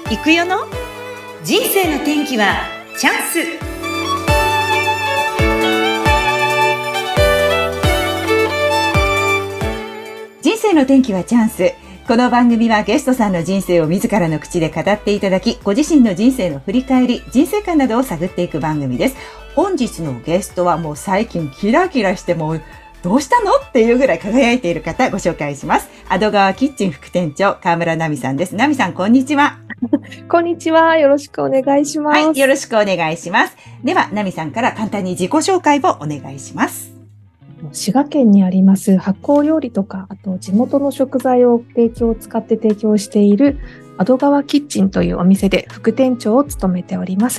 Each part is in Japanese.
行くよの人生の転機はチャンス。人生の転機はチャンス。この番組はゲストさんの人生を自らの口で語っていただき、ご自身の人生の振り返り、人生観などを探っていく番組です。本日のゲストはもう最近キラキラしてもうどうしたのっていうぐらい輝いている方ご紹介します。アド川キッチン副店長川村奈美さんです。奈美さん、こんにちは。 こんにちは。よろしくお願いします。 はい、よろしくお願いします。では奈美さんから簡単に自己紹介をお願いします。 滋賀県にあります発酵料理とか、あと地元の食材を使って提供しているアド川キッチンというお店で副店長を務めております。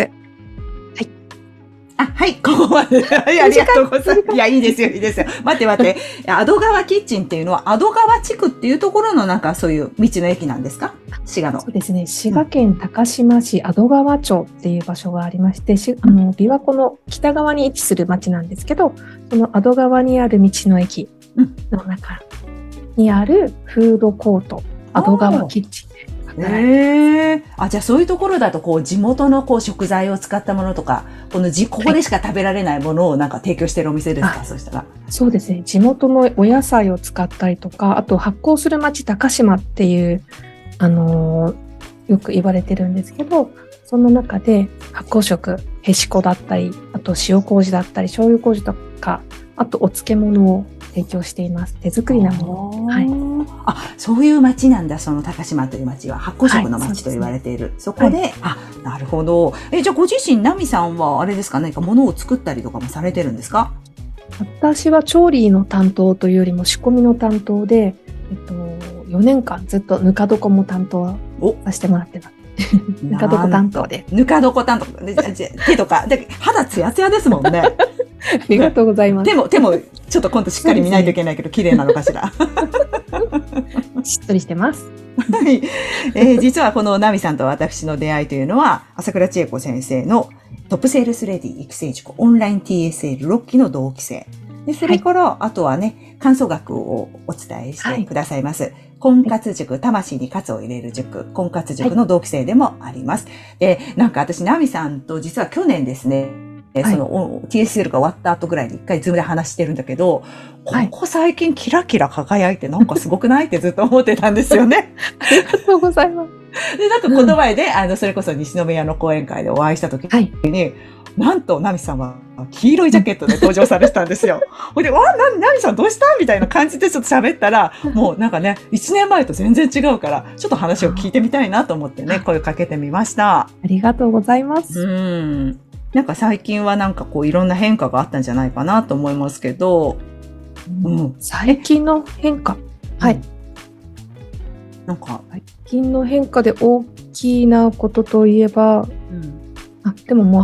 はい、ここまで。ありがとうございます。いや、いいですよ、いいですよ。待って。アド川キッチンっていうのは、アド川地区っていうところのなんかそういう道の駅なんですか？滋賀の。 そうですね。滋賀県高島市アド川町っていう場所がありまして、琵琶湖の北側に位置する町なんですけど、そのアド川にある道の駅の中にあるフードコート、アド川キッチン。 じゃあそういうところだとこう地元のこう食材を使ったものとか、ここでしか食べられないものをなんか提供しているお店ですか？そうしたら。 そうですね。地元のお野菜を使ったりとか、あと発酵する町高島っていう、よく言われてるんですけど、その中で発酵食、へしこだったり、あと塩麹だったり、醤油麹とか、あとお漬物を提供しています。手作りなもの。はい。 そういう町なんだ。その高島という町は発酵食の町と言われている。そこで、なるほど。じゃあご自身、奈美さんはあれですか？何か物を作ったりとかもされてるんですか？ 私は調理の担当というよりも仕込みの担当で、4年間ずっとぬか床も担当させてもらってます。ぬか床担当で。 ぬか床担当。手とか。肌ツヤツヤですもんね。 ありがとうございます。 手もちょっと今度しっかり見ないといけないけど、綺麗なのかしら。 しっとりしてます。 はい。実はこの奈美さんと私の出会いというのは、朝倉千恵子先生のトップセールスレディ育成塾オンライン TSL6 期の同期生。で、それから、あとはね、漢数学をお伝えしてくださいます。婚活塾、魂に活を入れる塾、婚活塾の同期生でもあります。で、なんか私、奈美さんと実は去年ですね、その TSL が終わった後ぐらいに一回ズームで話してるんだけど、ここ最近キラキラ輝いてなんかすごくないってずっと思ってたんですよね。 ありがとうございます。 で、なんかこの前で、それこそ西宮の講演会でお会いした時に、なんと奈美さんは黄色いジャケットで登場されてたんですよ。ほいで、奈美さんどうしたみたいな感じでちょっと喋ったら、もうなんかね、1年前と全然違うから、ちょっと話を聞いてみたいなと思ってね、声をかけてみました。 ありがとうございます。 なんか最近はなんかこういろんな変化があったんじゃないかなと思いますけど、 最近の変化。はい。 なんか最近の変化で大きなことといえば、でも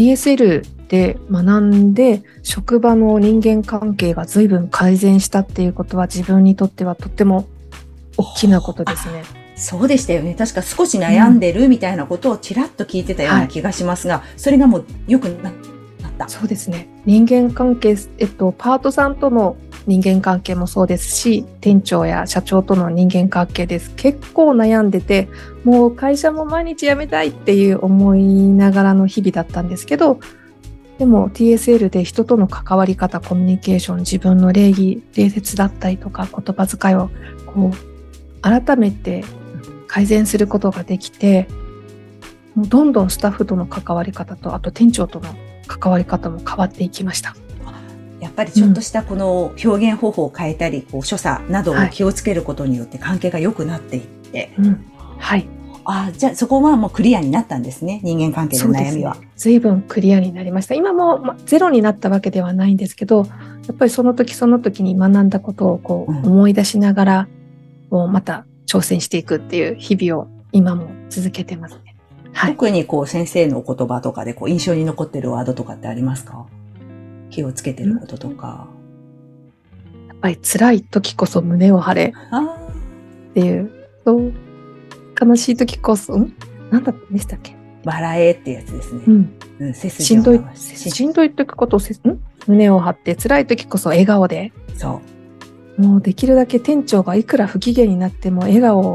TSL で学んで職場の人間関係が随分改善したっていうことは自分にとってはとっても大きなことですね。 そうでしたよね。確か少し悩んでるみたいなことをちらっと聞いてたような気がしますが、それがもう良くなった。 そうですね。人間関係、パートさんとの人間関係もそうですし、店長や社長との人間関係です。結構悩んでて、もう会社も毎日辞めたいっていう思いながらの日々だったんですけど、でも TSL で人との関わり方、コミュニケーション、自分の礼節だったりとか言葉遣いをこう改めて改善することができて、もうどんどんスタッフとの関わり方と、あと店長との関わり方も変わっていきました。 やっぱりちょっとしたこの表現方法を変えたり、所作などを気をつけることによって関係が良くなっていって。 はい。 じゃあそこはもうクリアになったんですね。人間関係の悩みは。 随分クリアになりました。今も、ゼロになったわけではないんですけど、やっぱりその時その時に学んだことをこう思い出しながら、また挑戦していくっていう日々を今も続けてますね。 特にこう先生のお言葉とかでこう印象に残ってるワードとかってありますか？気をつけてることとか。 やっぱり辛い時こそ胸を張れっていう、悲しい時こそ、何だったでしたっけ？ 笑えってやつですね。 しんどい時こそ胸を張って、辛い時こそ笑顔で。 そう。 もうできるだけ店長がいくら不機嫌になっても笑顔を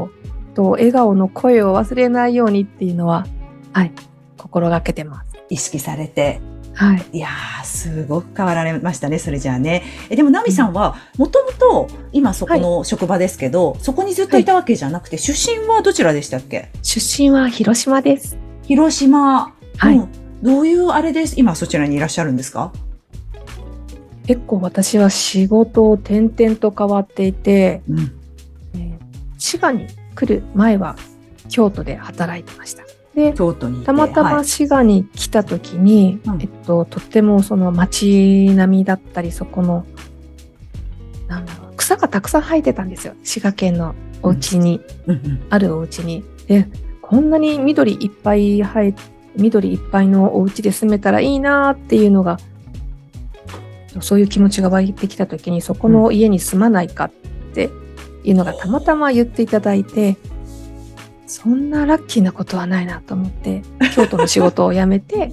笑顔の声を忘れないようにっていうのは、はい、心がけてます。 意識されて。 はい。 いやー、すごく変わられましたね、それじゃあね。でも、ナミさんは、もともと、今そこの職場ですけど、そこにずっといたわけじゃなくて、出身はどちらでしたっけ？ 出身は広島です。 広島。 はい。 どういうあれです？今そちらにいらっしゃるんですか？ 結構私は仕事を転々と変わっていて、滋賀に来る前は京都で働いてました。で、 京都にたまたま滋賀に来た時に、とってもその街並みだったり、そこの草がたくさん生えてたんですよ。滋賀県のお家に、あるお家に。で、こんなに緑いっぱいのお家で住めたらいいなっていうのが、そういう気持ちが湧いてきた時に、そこの家に住まないかっていうのがたまたま言っていただいて、そんなラッキーなことはないなと思って、京都の仕事を辞めて、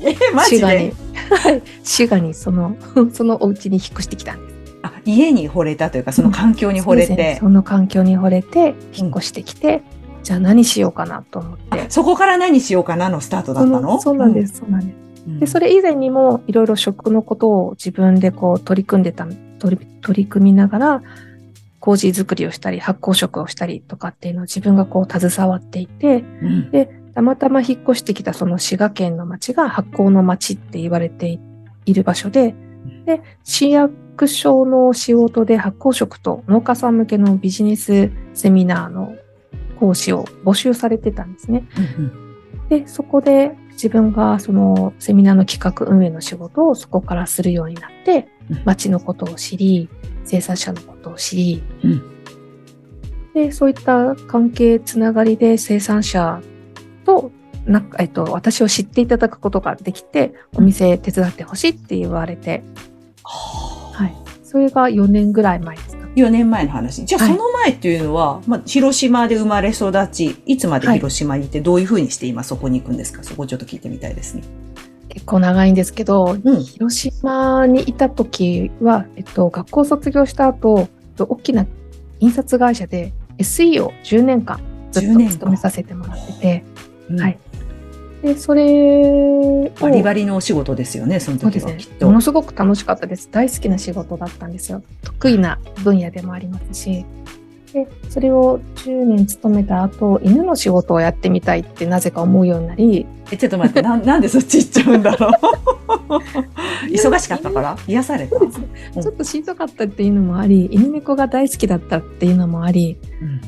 滋賀にそのお家に引っ越してきたんです。 家に惚れたというか、その環境に惚れて。 その環境に惚れて、引っ越してきて、じゃあ何しようかなと思って。 そこから何しようかなのスタートだったの？ そうなんです、そうなんです。で、それ以前にもいろいろ食のことを自分でこう取り組みながら、麹作りをしたり発酵食をしたりとかっていうのを自分がこう携わっていて、でたまたま引っ越してきたその滋賀県の町が発酵の町って言われている場所で、市役所の仕事で発酵食と農家さん向けのビジネスセミナーの講師を募集されてたんですね。でそこで自分がそのセミナーの企画運営の仕事をそこからするようになって、町のことを知り、生産者のことを知り、でそういった関係つながりで生産者と私を知っていただくことができて、お店手伝ってほしいって言われて、それが4年ぐらい前ですか。 4年前の話。じゃあその前っていうのは、広島で生まれ育ち、いつまで広島にいて、どういうふうにして今そこに行くんですか？そこちょっと聞いてみたいですね。 結構長いんですけど、広島にいた時は、学校卒業した後、大きな印刷会社で SE を10年間ずっと勤めさせてもらってて、でそれバリバリのお仕事ですよね、その時はきっと。 ものすごく楽しかったです。大好きな仕事だったんですよ。得意な分野でもありますし、でそれを10年勤めた後、犬の仕事をやってみたいってなぜか思うようになり。 ちょっと待って、なんでそっち行っちゃうんだろう。忙しかったから？癒された？ そうですね。ちょっとしんどかったっていうのもあり、犬猫が大好きだったっていうのもあり、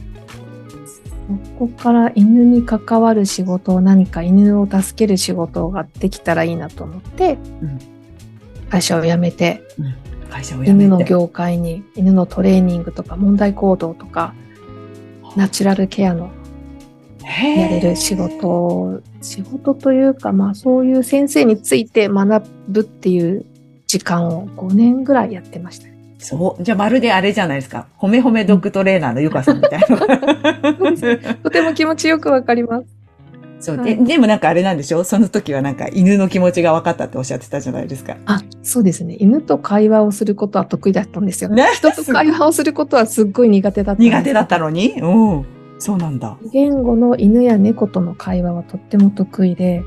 そこから犬に関わる仕事を、何か犬を助ける仕事ができたらいいなと思って、会社を辞めて、犬の業界に、犬のトレーニングとか問題行動とかナチュラルケアのやれる仕事というか、そういう先生について学ぶっていう時間を5年ぐらいやってましたね。 そう。じゃあまるであれじゃないですか。褒め褒めドッグトレーナーのゆかさんみたいな。 とても気持ちよくわかります。 そう。でもなんかあれなんでしょ？その時はなんか犬の気持ちが分かったっておっしゃってたじゃないですか。 そうですね。犬と会話をすることは得意だったんですよ。人と会話をすることはすっごい苦手だった。 苦手だったのに？そうなんだ。 言語の犬や猫との会話はとっても得意で、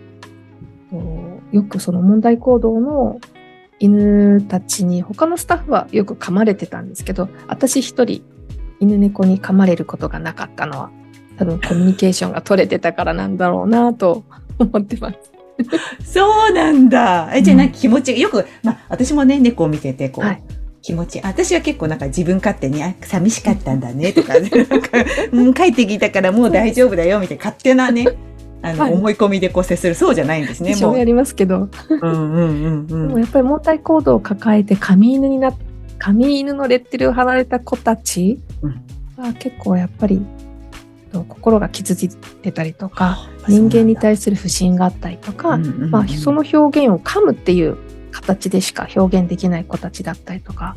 よくその問題行動の犬たちに、他のスタッフはよく噛まれてたんですけど、私一人犬猫に噛まれることがなかったのは、多分コミュニケーションが取れてたからなんだろうなと思ってます。 そうなんだ。じゃあなんか気持ち、よく、私もね、猫を見てて、気持ち、私は結構なんか自分勝手に、寂しかったんだね、とか、帰ってきたからもう大丈夫だよ、みたいな勝手なね、思い込みで接する。そうじゃないんですね、 もう。やりますけど。でもやっぱり問題行動を抱えて、神犬のレッテルを貼られた子たちは結構やっぱり、心が傷ついてたりとか、人間に対する不信があったりとか、その表現を噛むっていう形でしか表現できない子たちだったりとか、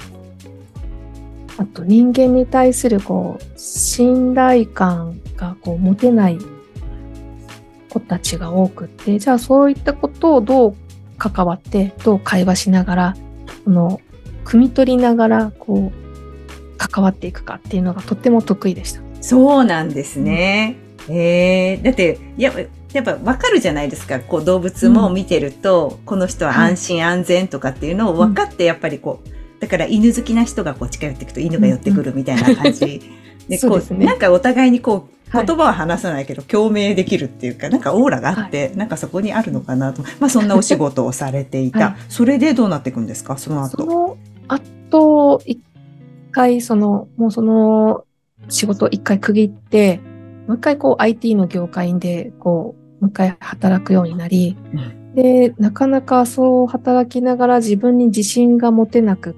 あと人間に対する信頼感が持てない子たちが多くって、じゃあそういったことをどう関わってどう会話しながら汲み取りながら関わっていくかっていうのがとっても得意でした。 そうなんですね。だって、やっぱわかるじゃないですか。こう動物も見てると、この人は安心安全とかっていうのを分かってやっぱりこう、だから犬好きな人がこう近寄っていくと犬が寄ってくるみたいな感じ。で、こう、なんかお互いにこう、言葉は話さないけど共鳴できるっていうか、なんかオーラがあって、なんかそこにあるのかなと。まあそんなお仕事をされていた。それでどうなっていくんですか、その後。 その後、一回もうその仕事を一回区切って、もう一回こう IT の業界でこう、もう一回働くようになり、で、なかなかそう働きながら自分に自信が持てなくって、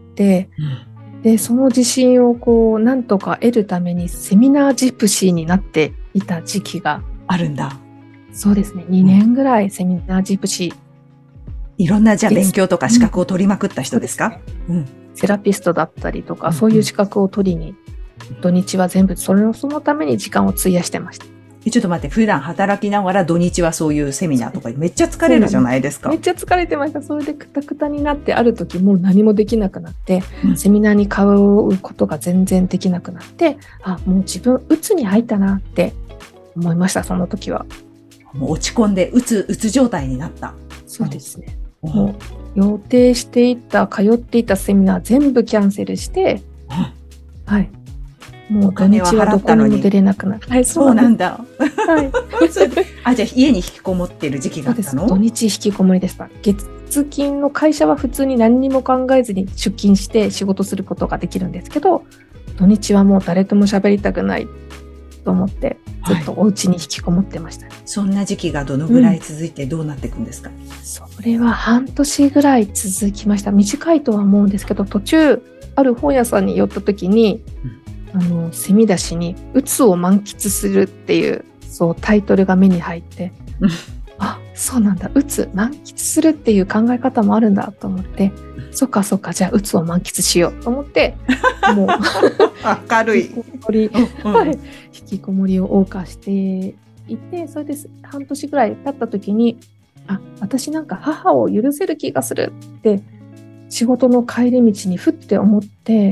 で、その自信をこう、なんとか得るためにセミナージプシーになっていた時期があるんだ。 そうですね。2年ぐらいセミナージプシー。 いろんなじゃあ勉強とか資格を取りまくった人ですか？ セラピストだったりとか、そういう資格を取りに、土日は全部そのために時間を費やしてました。 ちょっと待って、普段働きながら土日はそういうセミナーとかめっちゃ疲れるじゃないですか。 めっちゃ疲れてました。それでクタクタになって、ある時もう何もできなくなって、セミナーに通うことが全然できなくなって、もう自分、鬱に入ったなって思いました、その時は。 もう落ち込んで、鬱状態になった。 そうですね。もう予定していた、通っていたセミナー全部キャンセルして、はい。もう土日はどこにも出れなくなる。はい、 そうなんだ。 はい。 じゃあ家に引きこもってる時期があったの？ 土日引きこもりでした。月金の会社は普通に何にも考えずに出勤して仕事することができるんですけど、土日はもう誰とも喋りたくないと思って、ずっとお家に引きこもってました、ね。 そんな時期がどのぐらい続いてどうなっていくんですか？ それは半年ぐらい続きました。短いとは思うんですけど、途中ある本屋さんに寄った時に、セミ出しに鬱を満喫するっていうタイトルが目に入ってそうなんだ、鬱満喫するっていう考え方もあるんだと思って、そっかじゃあ鬱を満喫しようと思ってもう明るい引きこもりを謳歌していて、それで半年ぐらい経った時に私なんか母を許せる気がするって仕事の帰り道にふって思って、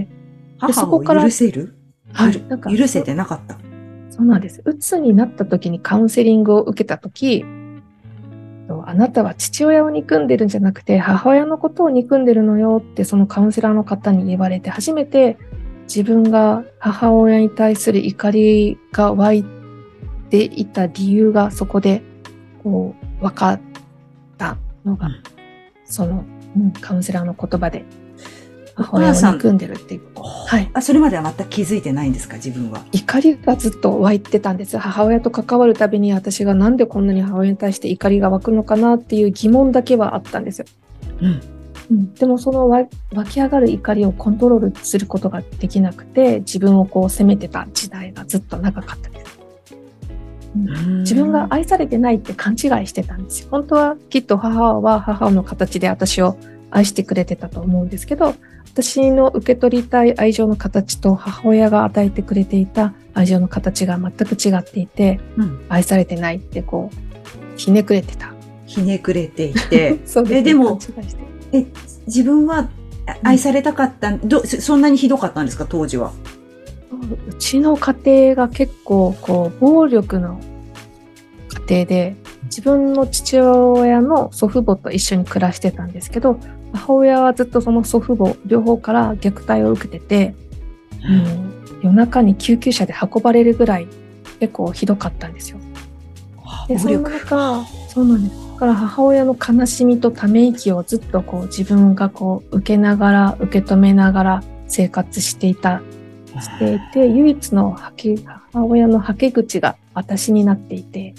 母を許せる？ なんか許せてなかった。 そうなんです。鬱になった時にカウンセリングを受けた時、あなたは父親を憎んでるんじゃなくて母親のことを憎んでるのよってそのカウンセラーの方に言われて、初めて自分が母親に対する怒りが湧いていた理由がそこでこう分かったのが、その、カウンセラーの言葉で母親を憎んでるっていうこと。はい。 それまでは全く気づいてないんですか、自分は。 怒りがずっと湧いてたんです。母親と関わるたびに私がなんでこんなに母親に対して怒りが湧くのかなっていう疑問だけはあったんですよ。でもその湧き上がる怒りをコントロールすることができなくて、自分をこう責めてた時代がずっと長かったです。自分が愛されてないって勘違いしてたんですよ。本当はきっと母は母の形で私を愛してくれてたと思うんですけど、私の受け取りたい愛情の形と母親が与えてくれていた愛情の形が全く違っていて、愛されてないってこうひねくれてた。 ひねくれていてそうですね、 でも自分は愛されたかった、そんなにひどかったんですか、当時は。 うちの家庭が結構こう暴力の家庭で、自分の父親の祖父母と一緒に暮らしてたんですけど、母親はずっとその祖父母両方から虐待を受けてて、夜中に救急車で運ばれるぐらい結構ひどかったんですよ。でその中、そうなんです。だから母親の悲しみとため息をずっとこう自分がこう受け止めながら生活していて、唯一の母親のはけ口が私になっていて、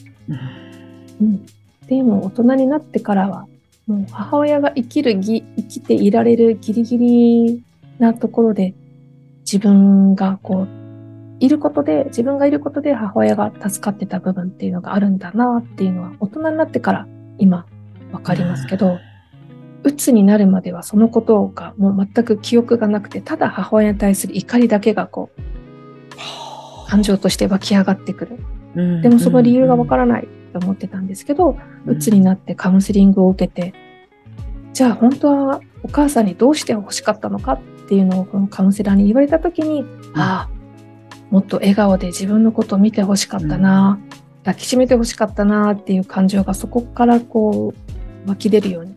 でも大人になってからはもう母親が生きていられるギリギリなところで自分がこう自分がいることで母親が助かってた部分っていうのがあるんだなっていうのは大人になってから今わかりますけど、鬱になるまではそのことがもう全く記憶がなくて、ただ母親に対する怒りだけがこう感情として湧き上がってくる。でもその理由がわからないと思ってたんですけど、鬱になってカウンセリングを受けて、じゃあ本当はお母さんにどうして欲しかったのかっていうのをこのカウンセラーに言われた時に、 もっと笑顔で自分のことを見てほしかったな、抱きしめてほしかったなっていう感情がそこからこう湧き出るように、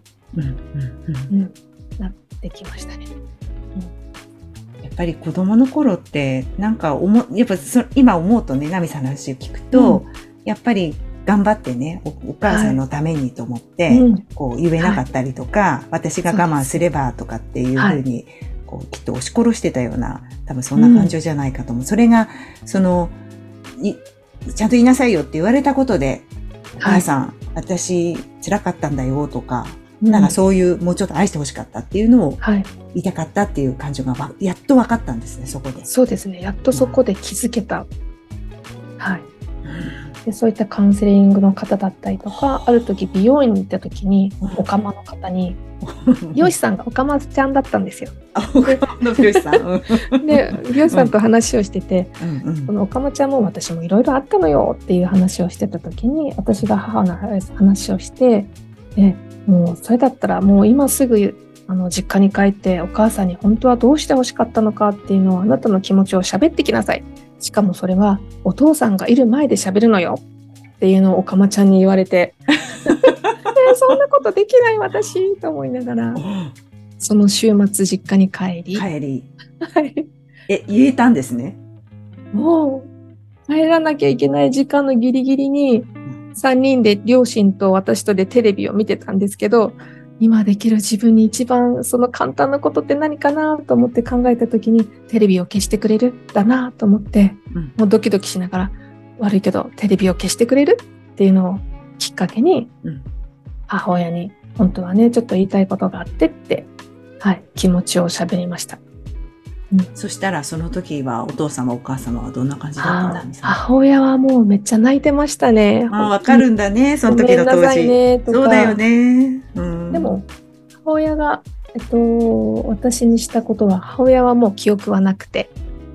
なってきましたね。 やっぱり子供の頃ってなんかやっぱ今思うとね、ナミさんの話を聞くと、やっぱり頑張ってね、お母さんのためにと思って、こう言えなかったりとか、私が我慢すればとかっていうふうに、こうきっと押し殺してたような、多分そんな感情じゃないかと思う。それが、ちゃんと言いなさいよって言われたことで、お母さん、私辛かったんだよとか、なんかそういう、もうちょっと愛してほしかったっていうのを言いたかったっていう感情がやっと分かったんですね、そこで。 そうですね。やっとそこで気づけた。でそういったカウンセリングの方だったりとか、ある時美容院に行った時に、おかまの方に、美容師さんがおかまちゃんだったんですよ。 おかまの美容師さんで、美容師さんと話をしてて、このおかまちゃんも私もいろいろあったのよっていう話をしてた時に、私が母の話をして、でもうそれだったらもう今すぐ実家に帰ってお母さんに本当はどうしてほしかったのかっていうのをあなたの気持ちを喋ってきなさい。しかもそれはお父さんがいる前で喋るのよっていうのをおかまちゃんに言われてそんなことできない私と思いながら、その週末実家に帰り言えたんですね。 もう帰らなきゃいけない時間のギリギリに3人で両親と私とでテレビを見てたんですけど、今できる自分に一番その簡単なことって何かなと思って考えた時に、テレビを消してくれるだなと思って、もうドキドキしながら、悪いけどテレビを消してくれるっていうのをきっかけに、母親に本当はねちょっと言いたいことがあってって、気持ちを喋りました。 そしたらその時はお父様お母様はどんな感じだったんですか？ 母親はもうめっちゃ泣いてましたね。 わかるんだね、その時の当時。 ごめんなさいねとか。 そうだよね。 でも母親が、私にしたことは、母親はもう記憶はなくて、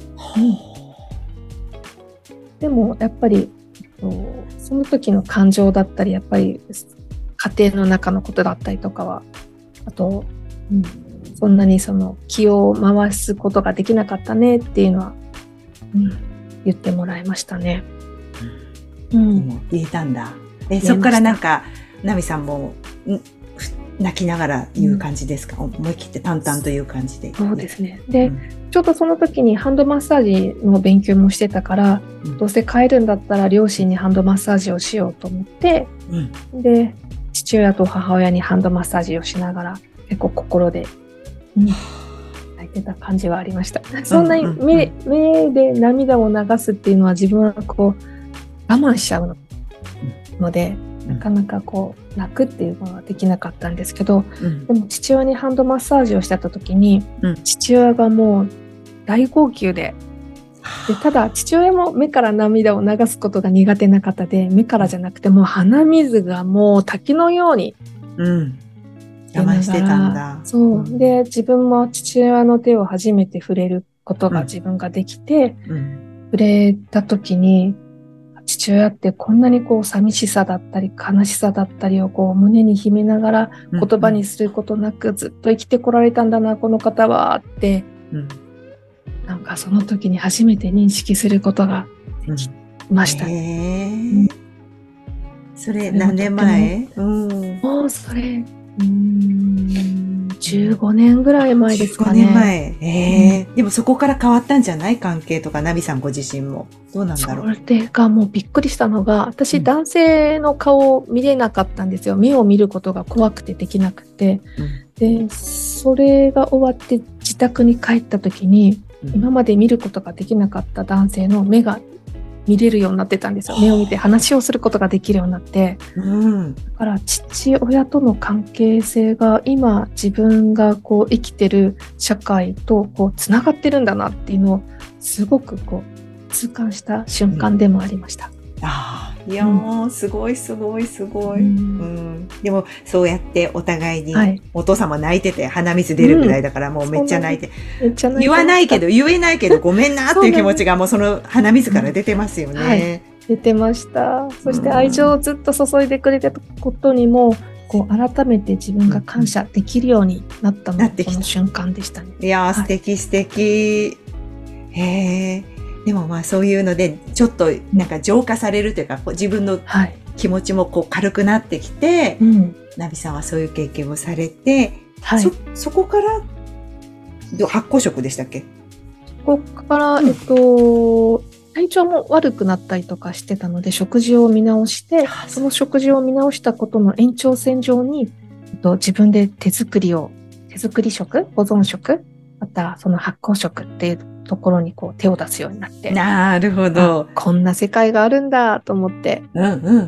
でもやっぱり、その時の感情だったり、やっぱり家庭の中のことだったりとかは、あと、そんなにその気を回すことができなかったねっていうのは、言ってもらいましたね。 言えたんだ。そこからなんかナミさんも泣きながら言う感じですか？思い切って淡々という感じで。 そうですね。で、ちょうどその時にハンドマッサージの勉強もしてたから、どうせ帰るんだったら両親にハンドマッサージをしようと思って、で父親と母親にハンドマッサージをしながら結構心で泣いてた感じはありました。そんなに目で涙を流すっていうのは自分はこう我慢しちゃうので、なかなかこう泣くっていうのはできなかったんですけど、でも父親にハンドマッサージをしてた時に、父親がもう大号泣で、ただ父親も目から涙を流すことが苦手な方で、目からじゃなくてもう鼻水がもう滝のように我慢してたんだ。 そう。で、自分も父親の手を初めて触れることが自分ができて、触れた時に、父親ってこんなにこう寂しさだったり悲しさだったりをこう胸に秘めながら言葉にすることなくずっと生きてこられたんだな、この方はって、なんかその時に初めて認識することができました。 それ何年前？ もうそれ15年ぐらい前ですかね。 15年前。でもそこから変わったんじゃない？関係とか、ナミさんご自身も。どうなんだろう。 それがもうびっくりしたのが、私男性の顔を見れなかったんですよ。目を見ることが怖くてできなくて。で、それが終わって自宅に帰った時に、今まで見ることができなかった男性の目が見れるようになってたんですよ。目を見て話をすることができるようになって、だから父親との関係性が今自分がこう生きてる社会とこうつながってるんだなっていうのをすごくこう痛感した瞬間でもありました。 いやもうすごいすごいすごい。でもそうやってお互いに、お父さんも泣いてて鼻水出るぐらいだからもうめっちゃ泣いて、言えないけどごめんなっていう気持ちがもうその鼻水から出てますよね。 出てました。そして愛情をずっと注いでくれたことにもこう改めて自分が感謝できるようになったのがその瞬間でしたね。 いや素敵素敵。 でもまあそういうので、ちょっとなんか浄化されるというか、こう自分のはい。 気持ちもこう軽くなってきて、 うん。 ナビさんはそういう経験をされて、 はい。 そこから発酵食でしたっけ？ ここから、体調も悪くなったりとかしてたので、食事を見直して、その食事を見直したことの延長線上に、自分で手作り食、保存食、またその発酵食っていうところにこう手を出すようになって、 なるほど。 こんな世界があるんだと思って。 うんうん。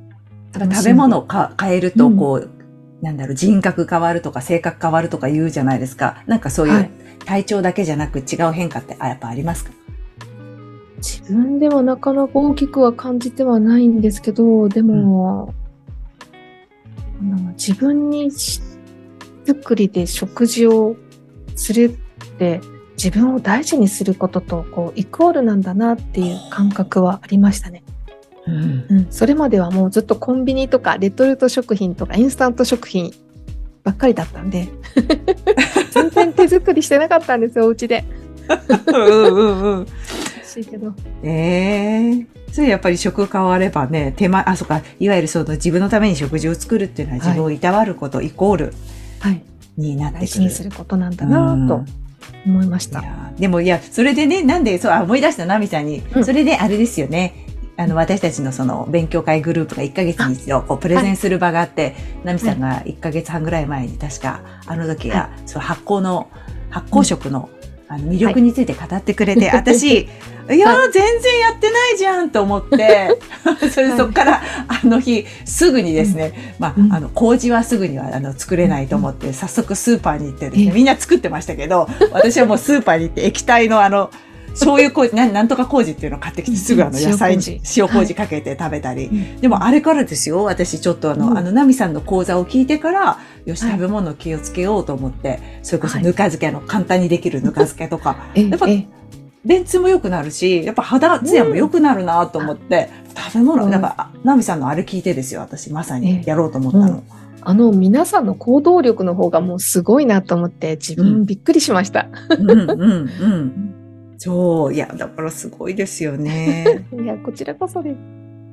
食べ物を変えると、こう、なんだろう、人格変わるとか性格変わるとか言うじゃないですか。なんかそういう体調だけじゃなく違う変化ってやっぱありますか？ 自分ではなかなか大きくは感じてはないんですけど、でも、自分に作りで食事をするって自分を大事にすることとこうイコールなんだなっていう感覚はありましたね。それまではもうずっとコンビニとかレトルト食品とかインスタント食品ばっかりだったんで全然手作りしてなかったんですよ、お家で。しいけど。 それやっぱり食変わればね、そうか、いわゆるその自分のために食事を作るっていうのは自分をいたわることイコールになってくる。 大事にすることなんだなと思いました。 でもそれでね、なんで、思い出したナミさんに、それであれですよね。私たちのその勉強会グループが1ヶ月に一度こうプレゼンする場があって、ナミさんが1ヶ月半ぐらい前に確かあの時が、その発酵食の魅力について語ってくれて、私、いや、全然やってないじゃんと思って、そっから、あの日、すぐにですね、麹はすぐには作れないと思って、早速スーパーに行ってですね、みんな作ってましたけど、私はもうスーパーに行って液体の醤油麹、なんとか麹っていうのを買ってきて、すぐ野菜に塩麹かけて食べたり。でもあれからですよ、私ちょっとナミさんの講座を聞いてから、よし、食べ物気をつけようと思って、それこそぬか漬け簡単にできるぬか漬けとか、やっぱ、便通も良くなるし、やっぱ肌ツヤも良くなるなと思って、食べ物、なんか、ナミさんのあれ聞いてですよ、私まさにやろうと思ったの。 皆さんの行動力の方がもうすごいなと思って、自分びっくりしました。 そう、いや、だからすごいですよね。 いや、こちらこそです。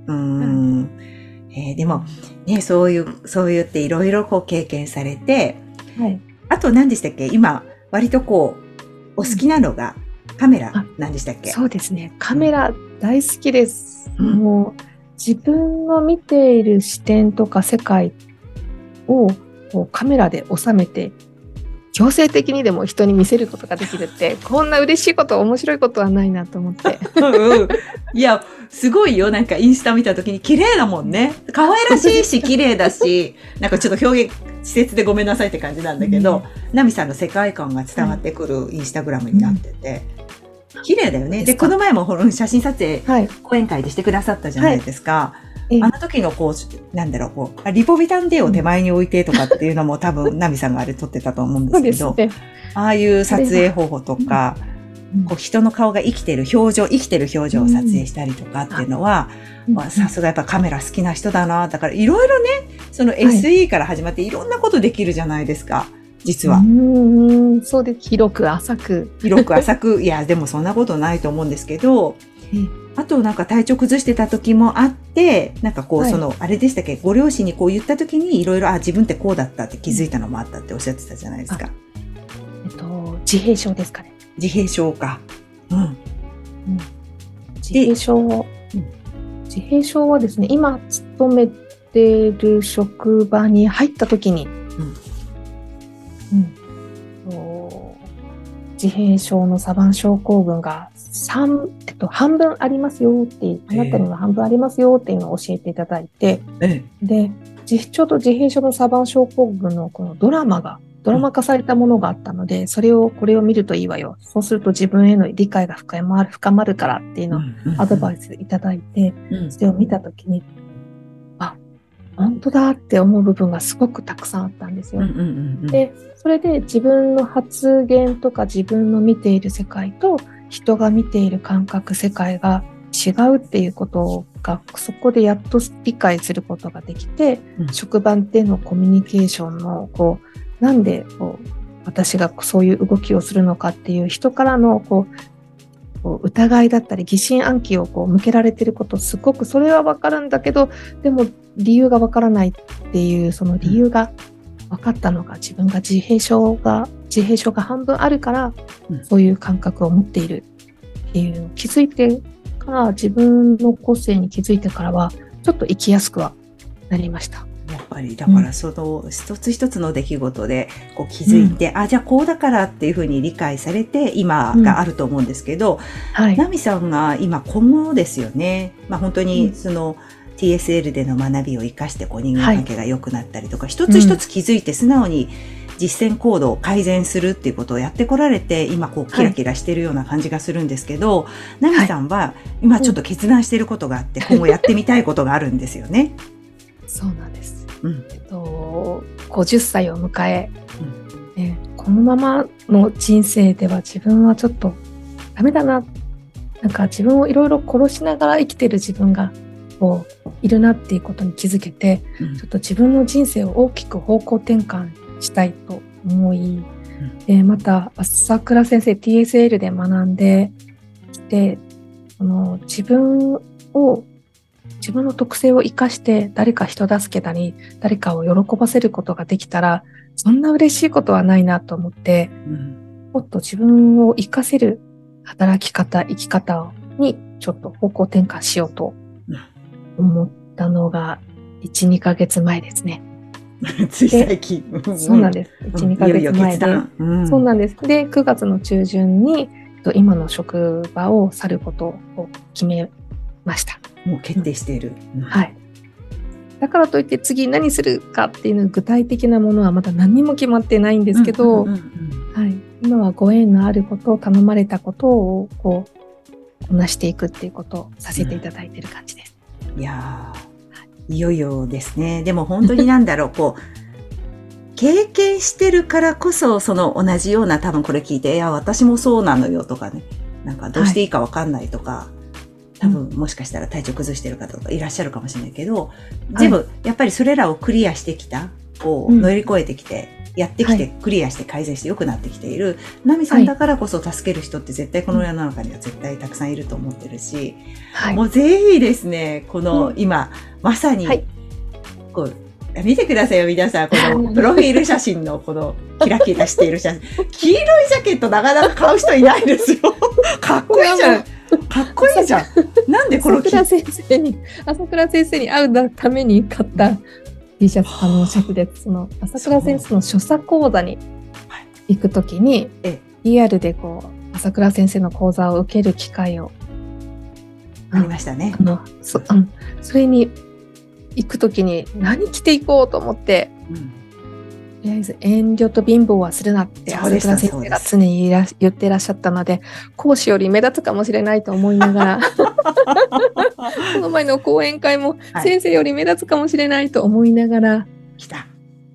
でも、ね、そう言っていろいろこう経験されて、あと何でしたっけ？今、割とこう、お好きなのがカメラ何でしたっけ？ そうですね。カメラ大好きです。もう、自分の見ている視点とか世界をこうカメラで収めて、強制的にでも人に見せることができるって、こんな嬉しいこと、面白いことはないなと思って。 いや、すごいよ。なんかインスタ見たときに綺麗だもんね。可愛らしいし、綺麗だし、なんかちょっと表現、稚拙でごめんなさいって感じなんだけど、ナミさんの世界観が伝わってくるインスタグラムになってて、綺麗だよね。で、この前も写真撮影、講演会でしてくださったじゃないですか。あの時のこう、なんだろう、こう、リポビタン D を手前に置いてとかっていうのも多分、ナミさんがあれ撮ってたと思うんですけど、ああいう撮影方法とか、こう人の顔が生きてる表情を撮影したりとかっていうのは、さすがやっぱカメラ好きな人だな。だからいろいろね、その SE から始まっていろんなことできるじゃないですか、実は。 そうです。広く浅く。 いや、でもそんなことないと思うんですけど、あとなんか体調崩してた時もあって、なんかこう、あれでしたっけ、ご両親にこう言った時にいろいろ、自分ってこうだったって気づいたのもあったっておっしゃってたじゃないですか。 自閉症ですかね。 自閉症か。 自閉症はですね、今勤めてる職場に入った時に、自閉症のサバン症候群が半分ありますよって、あなたには半分ありますよっていうのを教えていただいて、で、ちょうど自閉症のサバン症候群のこのドラマ化されたものがあったので、これを見るといいわよ。そうすると自分への理解が深まるからっていうのをアドバイスいただいて、それを見たときに、本当だって思う部分がすごくたくさんあったんですよ。で、それで自分の発言とか自分の見ている世界と人が見ている感覚世界が違うっていうことがそこでやっと理解することができて、職場でのコミュニケーションのなんで私がそういう動きをするのかっていう人からのこう疑いだったり疑心暗鬼をこう向けられてること、すごくそれは分かるんだけど、でも理由が分からないっていう、その理由が分かったのが、自分が自閉症が半分あるから、そういう感覚を持っているっていうのを気づいてから、自分の個性に気づいてからはちょっと生きやすくはなりました。 やっぱりだからその一つ一つの出来事でこう気づいて、じゃあこうだからっていうふうに理解されて今があると思うんですけど、ナミさんが今今後ですよね、本当にその TSL での学びを生かしてこう人間関係が良くなったりとか、一つ一つ気づいて素直に実践行動を改善するっていうことをやってこられて、今こうキラキラしてるような感じがするんですけど、ナミさんは今ちょっと決断していることがあって、今後やってみたいことがあるんですよね。 そうなんです。50歳を迎え、このままの人生では自分はちょっとダメだな、なんか自分をいろいろ殺しながら生きてる自分がこういるなっていうことに気づけて、ちょっと自分の人生を大きく方向転換したいと思い、また朝倉先生 TSL で学んできて、自分の特性を生かして誰か人助けたり誰かを喜ばせることができたら、そんな嬉しいことはないなと思って、もっと自分を生かせる働き方生き方にちょっと方向転換しようと思ったのが 1,2 ヶ月前ですね。 つい最近。 そうなんです。1、2ヶ月前で。そうなんです。で、9月の中旬に今の職場を去ることを決めました。 もう決定している。 はい。だからといって次何するかっていう具体的なものはまだ何にも決まってないんですけど、今はご縁のあることを頼まれたことをこなしていくっていうことをさせていただいている感じです。 いよいよですね。でも本当に経験してるからこそ、その同じような、多分これ聞いて、私もそうなのよとかね、なんかどうしていいかわかんないとか、多分もしかしたら体調崩してる方とかいらっしゃるかもしれないけど、全部やっぱりそれらをクリアしてきた、乗り越えてきて、やってきて、クリアして改善して良くなってきているナミさんだからこそ、助ける人って絶対この世の中には絶対たくさんいると思ってるし、もうぜひですね、この今まさにこう見てくださいよ皆さん、このプロフィール写真のこのキラキラしている写真黄色いジャケットなかなか買う人いないですよ。かっこいいじゃん。かっこいいじゃん。なんでこの朝倉先生に会うために買った T シャツ、シャツです。その朝倉先生の所作講座に行くときに、リアルで朝倉先生の講座を受ける機会をありましたね。 それに行くときに何着ていこうと思って、とりあえず遠慮と貧乏はするなって朝倉先生が常に言ってらっしゃったので、講師より目立つかもしれないと思いながらこの前の講演会も先生より目立つかもしれないと思いながら来た。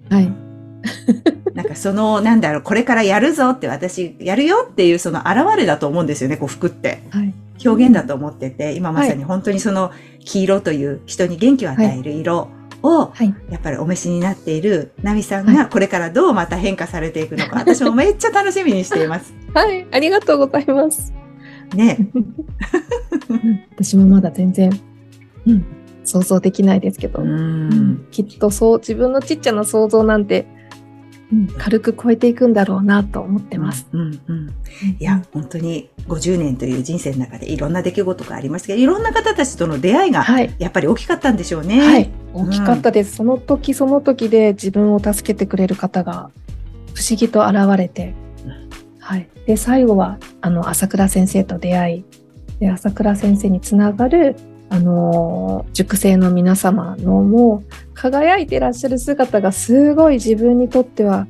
なんかこれからやるぞって、私やるよっていうその表れだと思うんですよね、服って。表現だと思ってて、今まさに本当にその黄色という人に元気を与える色を、やっぱりお召しになっているナミさんがこれからどうまた変化されていくのか、私もめっちゃ楽しみにしています。 ありがとうございます。 ね。 私もまだ全然、想像できないですけど、きっと自分のちっちゃな想像なんて、軽く超えていくんだろうなと思ってます。 いや、本当に50年という人生の中でいろんな出来事がありますけど、いろんな方たちとの出会いがやっぱり大きかったんでしょうね。 大きかったです。その時その時で自分を助けてくれる方が不思議と現れて、で最後は朝倉先生と出会い、で朝倉先生につながる塾生の皆様のもう輝いてらっしゃる姿がすごい自分にとっては、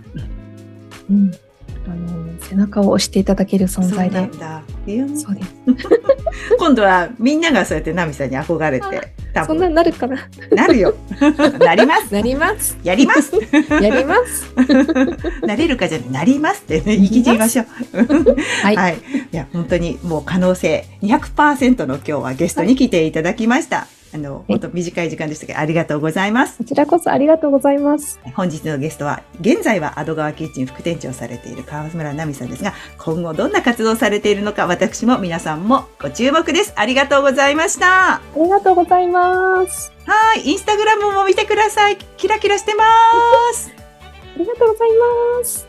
背中を押していただける存在で。そうです。 今度はみんながそうやってナミさんに憧れて、 そんなになるかな。 なるよ。なります。 なります。 やります。 やります。 なれるかじゃなりますってね、言い切りましょう。はい。いや、本当にもう可能性 200% の今日はゲストに来ていただきました。 本当短い時間でしたけど、ありがとうございます。 こちらこそありがとうございます。 本日のゲストは、現在はアド川キッチン副店長されている川村奈美さんですが、今後どんな活動をされているのか、私も皆さんもご注目です。ありがとうございました。 ありがとうございます。 はい、インスタグラムも見てください。キラキラしてます。 ありがとうございます。